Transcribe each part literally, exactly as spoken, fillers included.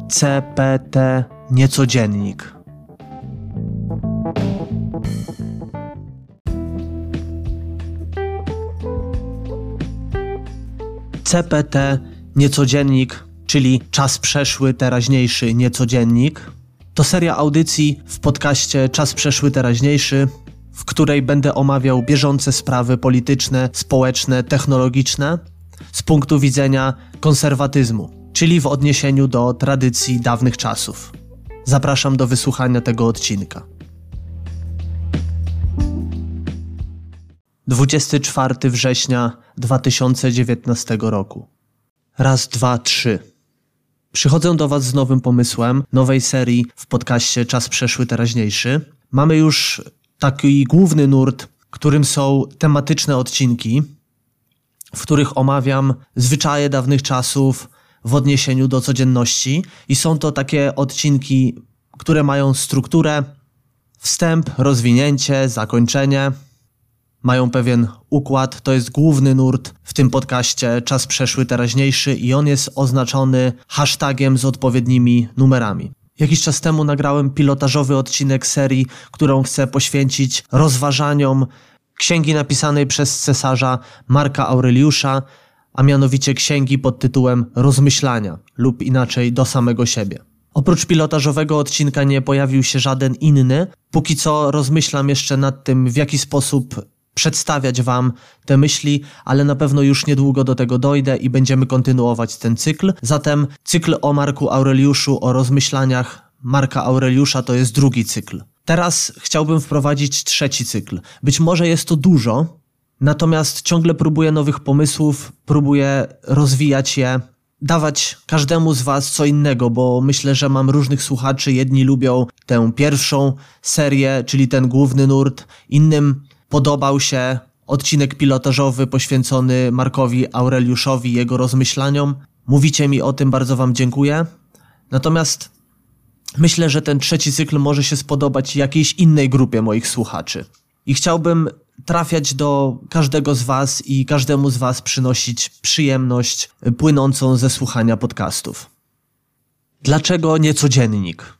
C P T Niecodziennik. C P T Niecodziennik, czyli Czas Przeszły, Teraźniejszy Niecodziennik, to seria audycji w podcaście Czas Przeszły, Teraźniejszy, w której będę omawiał bieżące sprawy polityczne, społeczne, technologiczne z punktu widzenia konserwatyzmu, czyli w odniesieniu do tradycji dawnych czasów. Zapraszam do wysłuchania tego odcinka. dwudziestego czwartego września dwa tysiące dziewiętnastego roku. Raz, dwa, trzy. Przychodzę do Was z nowym pomysłem, nowej serii w podcaście Czas Przeszły, Teraźniejszy. Mamy już taki główny nurt, którym są tematyczne odcinki, w których omawiam zwyczaje dawnych czasów w odniesieniu do codzienności i są to takie odcinki, które mają strukturę, wstęp, rozwinięcie, zakończenie, mają pewien układ. To jest główny nurt w tym podcaście Czas Przeszły, Teraźniejszy i on jest oznaczony hashtagiem z odpowiednimi numerami. Jakiś czas temu nagrałem pilotażowy odcinek serii, którą chcę poświęcić rozważaniom księgi napisanej przez cesarza Marka Aureliusza, a mianowicie księgi pod tytułem Rozmyślania lub inaczej Do samego siebie. Oprócz pilotażowego odcinka nie pojawił się żaden inny. Póki co rozmyślam jeszcze nad tym, w jaki sposób przedstawiać Wam te myśli, ale na pewno już niedługo do tego dojdę i będziemy kontynuować ten cykl. Zatem cykl o Marku Aureliuszu, o rozmyślaniach Marka Aureliusza to jest drugi cykl. Teraz chciałbym wprowadzić trzeci cykl. Być może jest to dużo, natomiast ciągle próbuję nowych pomysłów, próbuję rozwijać je, dawać każdemu z Was co innego, bo myślę, że mam różnych słuchaczy. Jedni lubią tę pierwszą serię, czyli ten główny nurt, innym podobał się odcinek pilotażowy poświęcony Markowi Aureliuszowi i jego rozmyślaniom. Mówicie mi o tym, bardzo Wam dziękuję. Natomiast myślę, że ten trzeci cykl może się spodobać jakiejś innej grupie moich słuchaczy. I chciałbym trafiać do każdego z Was i każdemu z Was przynosić przyjemność płynącą ze słuchania podcastów. Dlaczego nie codziennik?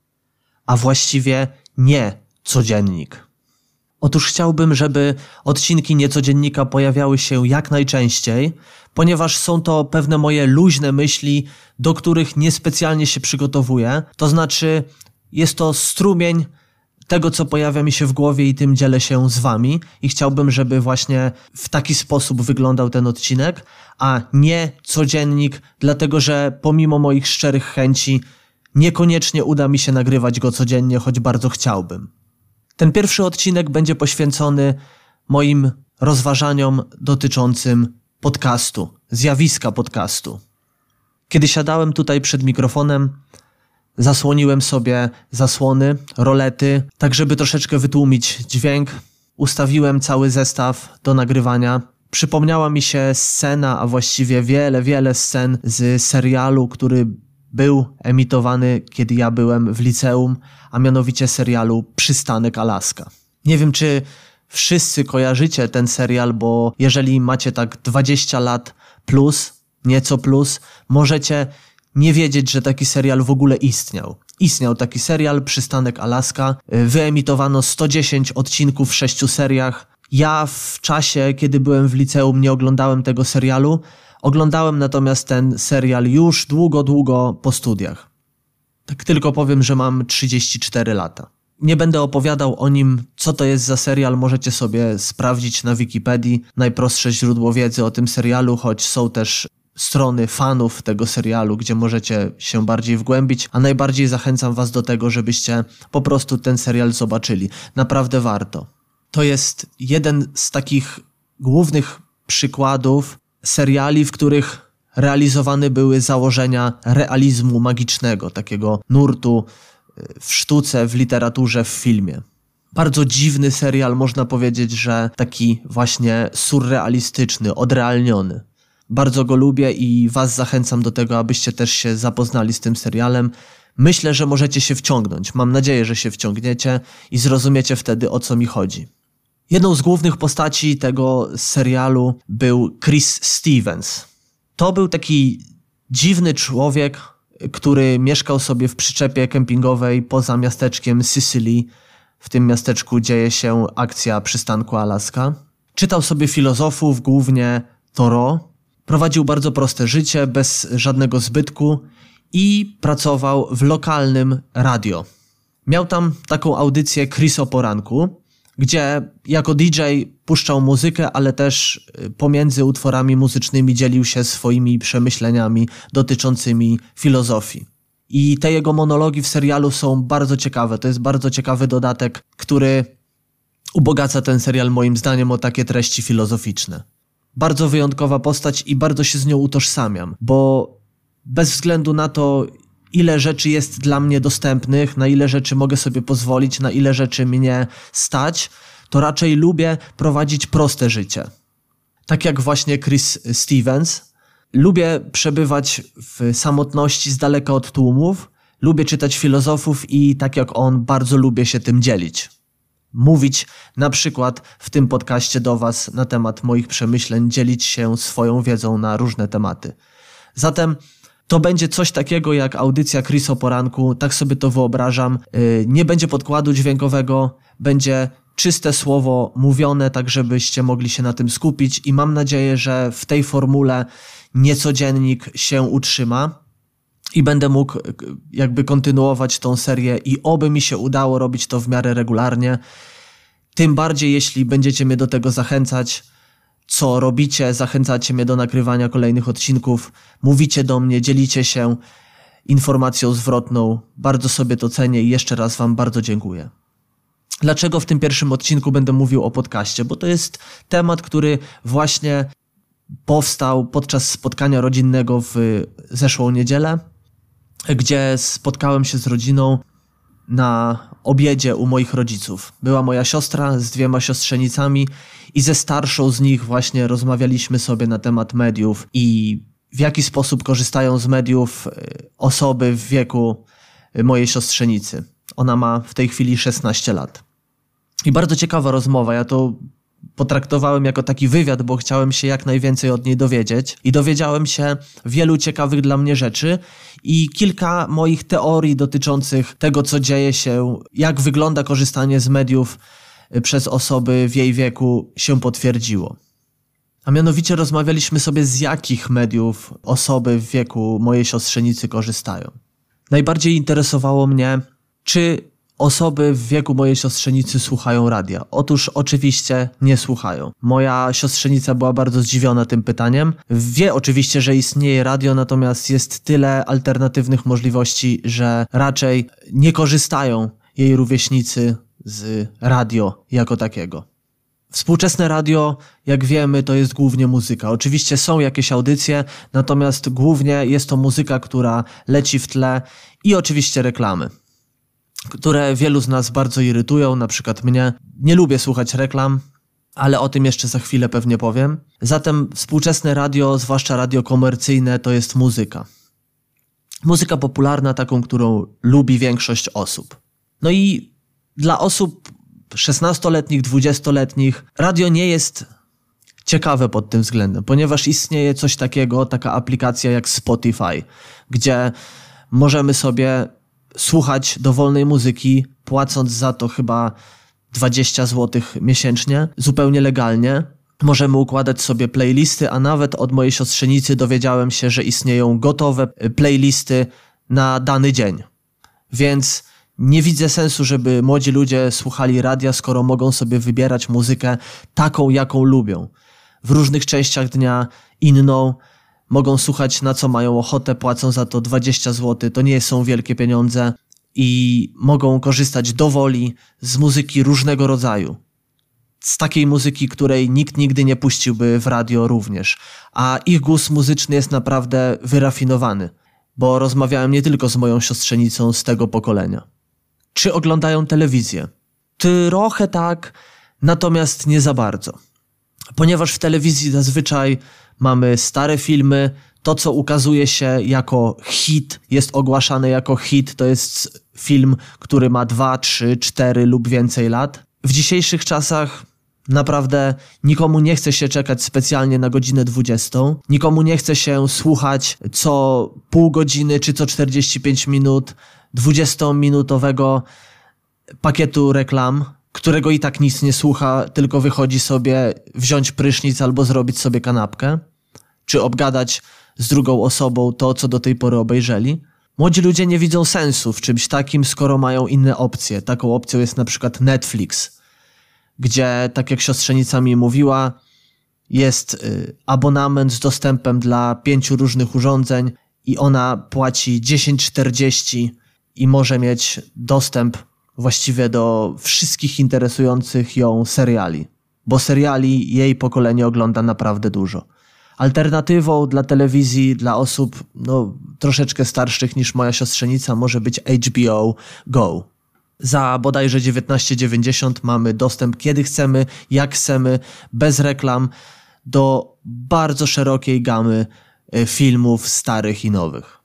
A właściwie nie codziennik. Otóż chciałbym, żeby odcinki Niecodziennika pojawiały się jak najczęściej, ponieważ są to pewne moje luźne myśli, do których niespecjalnie się przygotowuję. To znaczy, jest to strumień tego, co pojawia mi się w głowie i tym dzielę się z Wami i chciałbym, żeby właśnie w taki sposób wyglądał ten odcinek, a nie codziennik, dlatego że pomimo moich szczerych chęci niekoniecznie uda mi się nagrywać go codziennie, choć bardzo chciałbym. Ten pierwszy odcinek będzie poświęcony moim rozważaniom dotyczącym podcastu, zjawiska podcastu. Kiedy siadałem tutaj przed mikrofonem, zasłoniłem sobie zasłony, rolety, tak żeby troszeczkę wytłumić dźwięk. Ustawiłem cały zestaw do nagrywania. Przypomniała mi się scena, a właściwie wiele, wiele scen z serialu, który był emitowany, kiedy ja byłem w liceum, a mianowicie serialu Przystanek Alaska. Nie wiem, czy wszyscy kojarzycie ten serial, bo jeżeli macie tak dwadzieścia lat plus, nieco plus, możecie nie wiedzieć, że taki serial w ogóle istniał. Istniał taki serial Przystanek Alaska. Wyemitowano sto dziesięć odcinków w sześciu seriach. Ja w czasie, kiedy byłem w liceum, nie oglądałem tego serialu. Oglądałem natomiast ten serial już długo, długo po studiach. Tak tylko powiem, że mam trzydzieści cztery lata. Nie będę opowiadał o nim, co to jest za serial. Możecie sobie sprawdzić na Wikipedii. Najprostsze źródło wiedzy o tym serialu, choć są też strony fanów tego serialu, gdzie możecie się bardziej wgłębić, a najbardziej zachęcam Was do tego, żebyście po prostu ten serial zobaczyli. Naprawdę warto. To jest jeden z takich głównych przykładów seriali, w których realizowane były założenia realizmu magicznego, takiego nurtu w sztuce, w literaturze, w filmie. Bardzo dziwny serial, można powiedzieć, że taki właśnie surrealistyczny, odrealniony. Bardzo go lubię i Was zachęcam do tego, abyście też się zapoznali z tym serialem. Myślę, że możecie się wciągnąć. Mam nadzieję, że się wciągniecie i zrozumiecie wtedy, o co mi chodzi. Jedną z głównych postaci tego serialu był Chris Stevens. To był taki dziwny człowiek, który mieszkał sobie w przyczepie kempingowej poza miasteczkiem Sicily. W tym miasteczku dzieje się akcja przystanku Alaska. Czytał sobie filozofów, głównie Thoreau. Prowadził bardzo proste życie, bez żadnego zbytku i pracował w lokalnym radio. Miał tam taką audycję Chris o poranku, gdzie jako D J puszczał muzykę, ale też pomiędzy utworami muzycznymi dzielił się swoimi przemyśleniami dotyczącymi filozofii. I te jego monologi w serialu są bardzo ciekawe. To jest bardzo ciekawy dodatek, który ubogaca ten serial moim zdaniem o takie treści filozoficzne. Bardzo wyjątkowa postać i bardzo się z nią utożsamiam, bo bez względu na to, ile rzeczy jest dla mnie dostępnych, na ile rzeczy mogę sobie pozwolić, na ile rzeczy mnie stać, to raczej lubię prowadzić proste życie. Tak jak właśnie Chris Stevens. Lubię przebywać w samotności z daleka od tłumów, lubię czytać filozofów i tak jak on, bardzo lubię się tym dzielić. Mówić na przykład w tym podcaście do was na temat moich przemyśleń, dzielić się swoją wiedzą na różne tematy. Zatem to będzie coś takiego jak audycja Chris o poranku, tak sobie to wyobrażam. Nie będzie podkładu dźwiękowego, będzie czyste słowo mówione, tak żebyście mogli się na tym skupić i mam nadzieję, że w tej formule niecodziennik się utrzyma i będę mógł jakby kontynuować tą serię i oby mi się udało robić to w miarę regularnie. Tym bardziej, jeśli będziecie mnie do tego zachęcać, co robicie, zachęcacie mnie do nagrywania kolejnych odcinków, mówicie do mnie, dzielicie się informacją zwrotną. Bardzo sobie to cenię i jeszcze raz wam bardzo dziękuję. Dlaczego w tym pierwszym odcinku będę mówił o podcaście? Bo to jest temat, który właśnie powstał podczas spotkania rodzinnego w zeszłą niedzielę, gdzie spotkałem się z rodziną na obiedzie u moich rodziców. Była moja siostra z dwiema siostrzenicami i ze starszą z nich właśnie rozmawialiśmy sobie na temat mediów i w jaki sposób korzystają z mediów osoby w wieku mojej siostrzenicy. Ona ma w tej chwili szesnaście lat. I bardzo ciekawa rozmowa. Ja to potraktowałem jako taki wywiad, bo chciałem się jak najwięcej od niej dowiedzieć i dowiedziałem się wielu ciekawych dla mnie rzeczy i kilka moich teorii dotyczących tego, co dzieje się, jak wygląda korzystanie z mediów przez osoby w jej wieku się potwierdziło. A mianowicie rozmawialiśmy sobie, z jakich mediów osoby w wieku mojej siostrzenicy korzystają. Najbardziej interesowało mnie, czy osoby w wieku mojej siostrzenicy słuchają radia. Otóż oczywiście nie słuchają. Moja siostrzenica była bardzo zdziwiona tym pytaniem. Wie oczywiście, że istnieje radio, natomiast jest tyle alternatywnych możliwości, że raczej nie korzystają jej rówieśnicy z radio jako takiego. Współczesne radio, jak wiemy, to jest głównie muzyka. Oczywiście są jakieś audycje, natomiast głównie jest to muzyka, która leci w tle i oczywiście reklamy, które wielu z nas bardzo irytują, na przykład mnie. Nie lubię słuchać reklam, ale o tym jeszcze za chwilę pewnie powiem. Zatem współczesne radio, zwłaszcza radio komercyjne, to jest muzyka. Muzyka popularna, taką, którą lubi większość osób. No i dla osób szesnastoletnich, dwudziestoletnich radio nie jest ciekawe pod tym względem, ponieważ istnieje coś takiego, taka aplikacja jak Spotify, gdzie możemy sobie słuchać dowolnej muzyki, płacąc za to chyba dwadzieścia złotych miesięcznie, zupełnie legalnie. Możemy układać sobie playlisty, a nawet od mojej siostrzenicy dowiedziałem się, że istnieją gotowe playlisty na dany dzień. Więc nie widzę sensu, żeby młodzi ludzie słuchali radia, skoro mogą sobie wybierać muzykę taką, jaką lubią. W różnych częściach dnia inną, mogą słuchać na co mają ochotę, płacą za to dwadzieścia złotych, to nie są wielkie pieniądze i mogą korzystać dowoli z muzyki różnego rodzaju. Z takiej muzyki, której nikt nigdy nie puściłby w radio również. A ich gust muzyczny jest naprawdę wyrafinowany, bo rozmawiałem nie tylko z moją siostrzenicą z tego pokolenia. Czy oglądają telewizję? Trochę tak, natomiast nie za bardzo. Ponieważ w telewizji zazwyczaj mamy stare filmy, to co ukazuje się jako hit, jest ogłaszane jako hit, to jest film, który ma dwa, trzy, cztery lub więcej lat. W dzisiejszych czasach Naprawdę nikomu nie chce się czekać specjalnie na godzinę dwudziestą. Nikomu nie chce się słuchać co pół godziny czy co czterdzieści pięć minut dwudziestominutowego pakietu reklam, którego i tak nic nie słucha, tylko wychodzi sobie wziąć prysznic albo zrobić sobie kanapkę, czy obgadać z drugą osobą to, co do tej pory obejrzeli. Młodzi ludzie nie widzą sensu w czymś takim, skoro mają inne opcje. Taką opcją jest na przykład Netflix, gdzie, tak jak siostrzenica mi mówiła, jest y, abonament z dostępem dla pięciu różnych urządzeń i ona płaci dziesięć czterdzieści i może mieć dostęp właściwie do wszystkich interesujących ją seriali, bo seriali jej pokolenie ogląda naprawdę dużo. Alternatywą dla telewizji, dla osób no, troszeczkę starszych niż moja siostrzenica może być H B O Go. Za bodajże dziewiętnaście dziewięćdziesiąt mamy dostęp kiedy chcemy, jak chcemy, bez reklam, do bardzo szerokiej gamy filmów starych i nowych.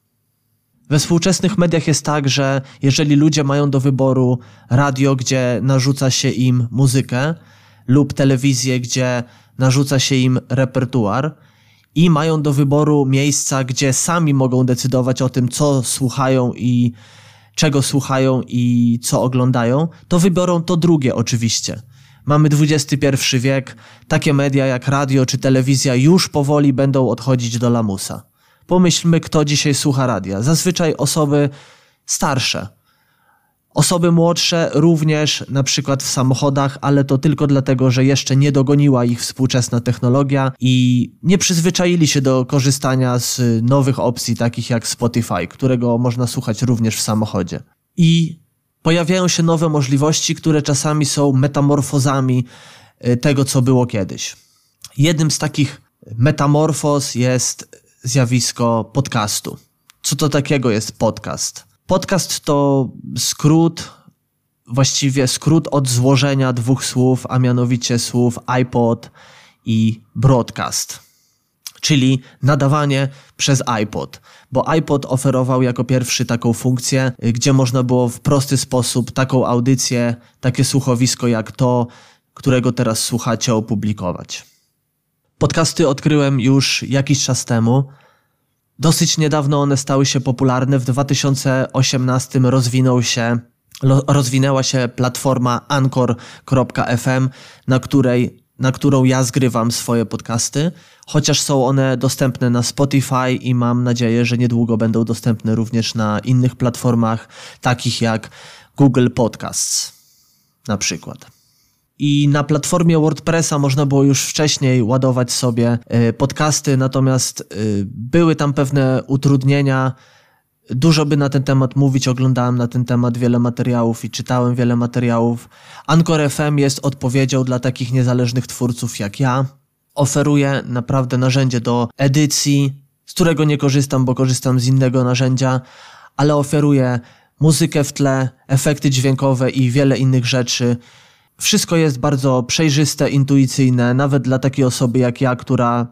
We współczesnych mediach jest tak, że jeżeli ludzie mają do wyboru radio, gdzie narzuca się im muzykę, lub telewizję, gdzie narzuca się im repertuar, i mają do wyboru miejsca, gdzie sami mogą decydować o tym, co słuchają i czego słuchają i co oglądają, to wybiorą to drugie oczywiście. Mamy dwudziesty pierwszy wiek, takie media jak radio czy telewizja już powoli będą odchodzić do lamusa. Pomyślmy, kto dzisiaj słucha radia. Zazwyczaj osoby starsze. Osoby młodsze również, na przykład w samochodach, ale to tylko dlatego, że jeszcze nie dogoniła ich współczesna technologia i nie przyzwyczaili się do korzystania z nowych opcji, takich jak Spotify, którego można słuchać również w samochodzie. I pojawiają się nowe możliwości, które czasami są metamorfozami tego, co było kiedyś. Jednym z takich metamorfoz jest zjawisko podcastu. Co to takiego jest podcast? Podcast to skrót, właściwie skrót od złożenia dwóch słów, a mianowicie słów iPod i broadcast, czyli nadawanie przez iPod, bo iPod oferował jako pierwszy taką funkcję, gdzie można było w prosty sposób taką audycję, takie słuchowisko jak to, którego teraz słuchacie, opublikować. Podcasty odkryłem już jakiś czas temu. Dosyć niedawno one stały się popularne. W dwa tysiące osiemnastym rozwinął się, rozwinęła się platforma anchor kropka f m, na której, na którą ja zgrywam swoje podcasty, chociaż są one dostępne na Spotify i mam nadzieję, że niedługo będą dostępne również na innych platformach, takich jak Google Podcasts na przykład. I na platformie WordPressa można było już wcześniej ładować sobie podcasty, natomiast były tam pewne utrudnienia. Dużo by na ten temat mówić, oglądałem na ten temat wiele materiałów i czytałem wiele materiałów. Anchor kropka f m jest odpowiedzią dla takich niezależnych twórców jak ja. Oferuje naprawdę narzędzie do edycji, z którego nie korzystam, bo korzystam z innego narzędzia, ale oferuje muzykę w tle, efekty dźwiękowe i wiele innych rzeczy. Wszystko jest bardzo przejrzyste, intuicyjne, nawet dla takiej osoby jak ja, która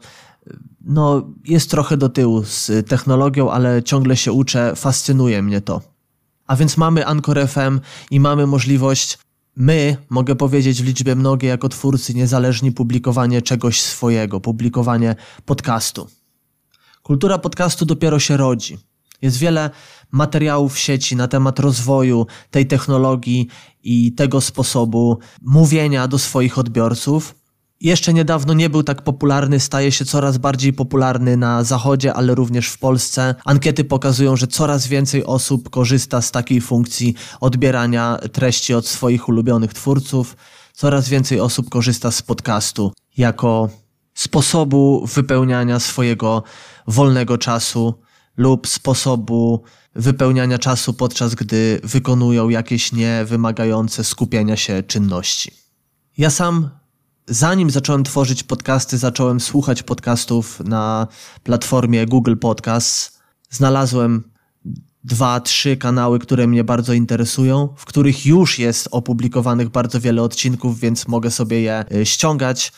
no, jest trochę do tyłu z technologią, ale ciągle się uczę, fascynuje mnie to. A więc mamy Anchor kropka f m i mamy możliwość, my, mogę powiedzieć w liczbie mnogiej jako twórcy niezależni, publikowanie czegoś swojego, publikowanie podcastu. Kultura podcastu dopiero się rodzi. Jest wiele materiałów w sieci na temat rozwoju tej technologii i tego sposobu mówienia do swoich odbiorców. Jeszcze niedawno nie był tak popularny, staje się coraz bardziej popularny na zachodzie, ale również w Polsce. Ankiety pokazują, że coraz więcej osób korzysta z takiej funkcji odbierania treści od swoich ulubionych twórców. Coraz więcej osób korzysta z podcastu jako sposobu wypełniania swojego wolnego czasu lub sposobu wypełniania czasu, podczas gdy wykonują jakieś niewymagające skupienia się czynności. Ja sam, zanim zacząłem tworzyć podcasty, zacząłem słuchać podcastów na platformie Google Podcasts. Znalazłem dwa, trzy kanały, które mnie bardzo interesują, w których już jest opublikowanych bardzo wiele odcinków, więc mogę sobie je ściągać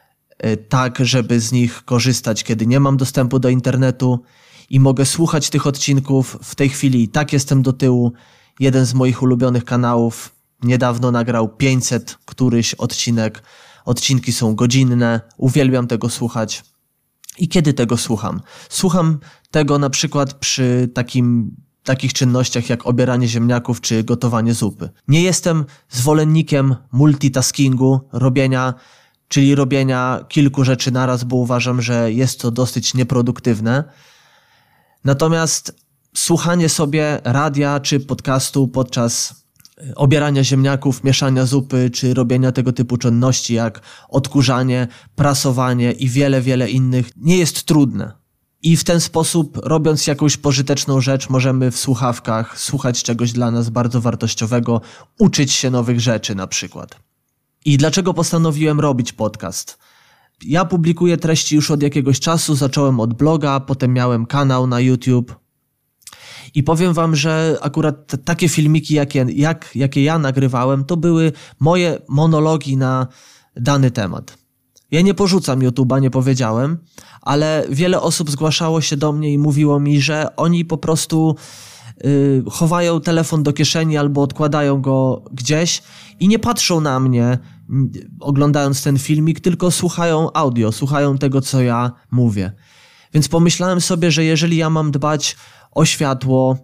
tak, żeby z nich korzystać, kiedy nie mam dostępu do internetu. I mogę słuchać tych odcinków. W tej chwili i tak jestem do tyłu. Jeden z moich ulubionych kanałów niedawno nagrał pięćset któryś odcinek odcinki są godzinne, uwielbiam tego słuchać. I kiedy tego słucham? Słucham tego na przykład przy takim, takich czynnościach jak obieranie ziemniaków czy gotowanie zupy. Nie jestem zwolennikiem multitaskingu, robienia, czyli robienia kilku rzeczy naraz, bo uważam, że jest to dosyć nieproduktywne. Natomiast słuchanie sobie radia czy podcastu podczas obierania ziemniaków, mieszania zupy, czy robienia tego typu czynności jak odkurzanie, prasowanie i wiele, wiele innych nie jest trudne. I w ten sposób, robiąc jakąś pożyteczną rzecz, możemy w słuchawkach słuchać czegoś dla nas bardzo wartościowego, uczyć się nowych rzeczy na przykład. I dlaczego postanowiłem robić podcast? Ja publikuję treści już od jakiegoś czasu, zacząłem od bloga, potem miałem kanał na YouTube. I powiem wam, że akurat t- takie filmiki, jakie, jak, jakie ja nagrywałem, to były moje monologi na dany temat. Ja nie porzucam YouTube'a, nie powiedziałem, ale wiele osób zgłaszało się do mnie i mówiło mi, że oni po prostu yy, chowają telefon do kieszeni albo odkładają go gdzieś i nie patrzą na mnie, yy, oglądając ten filmik, tylko słuchają audio, słuchają tego, co ja mówię. Więc pomyślałem sobie, że jeżeli ja mam dbać o światło,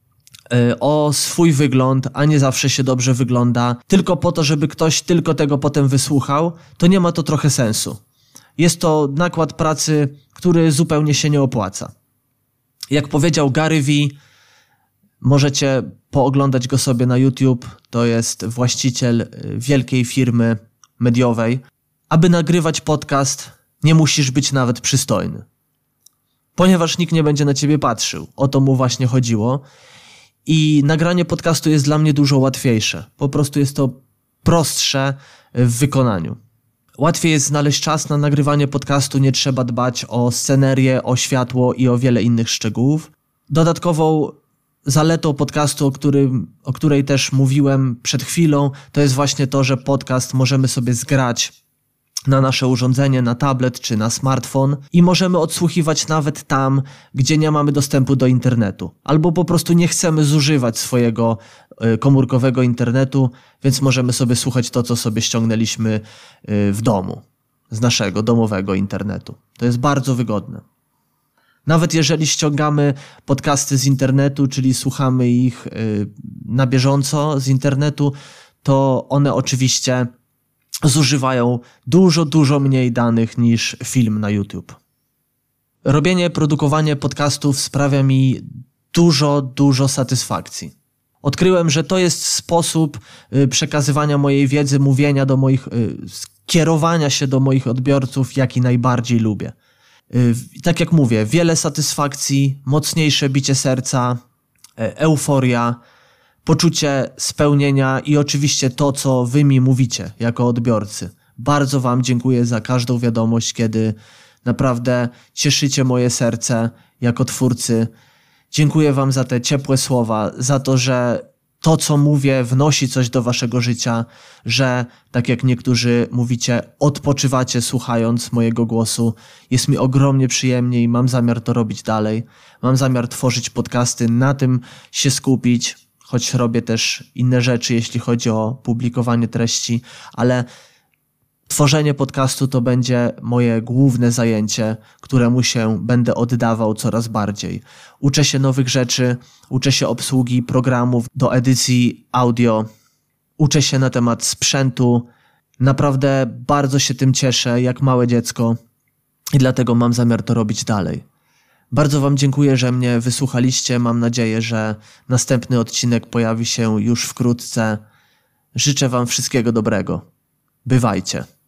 o swój wygląd, a nie zawsze się dobrze wygląda, tylko po to, żeby ktoś tylko tego potem wysłuchał, to nie ma to trochę sensu. Jest to nakład pracy, który zupełnie się nie opłaca. Jak powiedział Gary Vee, możecie pooglądać go sobie na YouTube, to jest właściciel wielkiej firmy mediowej. Aby nagrywać podcast, nie musisz być nawet przystojny. Ponieważ nikt nie będzie na ciebie patrzył. O to mu właśnie chodziło. I nagranie podcastu jest dla mnie dużo łatwiejsze. Po prostu jest to prostsze w wykonaniu. Łatwiej jest znaleźć czas na nagrywanie podcastu, nie trzeba dbać o scenerię, o światło i o wiele innych szczegółów. Dodatkową zaletą podcastu, o, którym, o której też mówiłem przed chwilą, to jest właśnie to, że podcast możemy sobie zgrać na nasze urządzenie, na tablet czy na smartfon i możemy odsłuchiwać nawet tam, gdzie nie mamy dostępu do internetu. Albo po prostu nie chcemy zużywać swojego komórkowego internetu, więc możemy sobie słuchać to, co sobie ściągnęliśmy w domu, z naszego domowego internetu. To jest bardzo wygodne. Nawet jeżeli ściągamy podcasty z internetu, czyli słuchamy ich na bieżąco z internetu, to one oczywiście zużywają dużo, dużo mniej danych niż film na YouTube. Robienie, produkowanie podcastów sprawia mi dużo, dużo satysfakcji. Odkryłem, że to jest sposób przekazywania mojej wiedzy, mówienia do moich, kierowania się do moich odbiorców, jaki najbardziej lubię. Tak jak mówię, wiele satysfakcji, mocniejsze bicie serca, euforia, poczucie spełnienia i oczywiście to, co wy mi mówicie jako odbiorcy. Bardzo wam dziękuję za każdą wiadomość, kiedy naprawdę cieszycie moje serce jako twórcy. Dziękuję wam za te ciepłe słowa, za to, że to, co mówię, wnosi coś do waszego życia, że, tak jak niektórzy mówicie, odpoczywacie słuchając mojego głosu. Jest mi ogromnie przyjemnie i mam zamiar to robić dalej. Mam zamiar tworzyć podcasty, na tym się skupić, choć robię też inne rzeczy, jeśli chodzi o publikowanie treści, ale tworzenie podcastu to będzie moje główne zajęcie, któremu się będę oddawał coraz bardziej. Uczę się nowych rzeczy, uczę się obsługi programów do edycji audio, uczę się na temat sprzętu. Naprawdę bardzo się tym cieszę, jak małe dziecko i dlatego mam zamiar to robić dalej. Bardzo wam dziękuję, że mnie wysłuchaliście. Mam nadzieję, że następny odcinek pojawi się już wkrótce. Życzę wam wszystkiego dobrego. Bywajcie.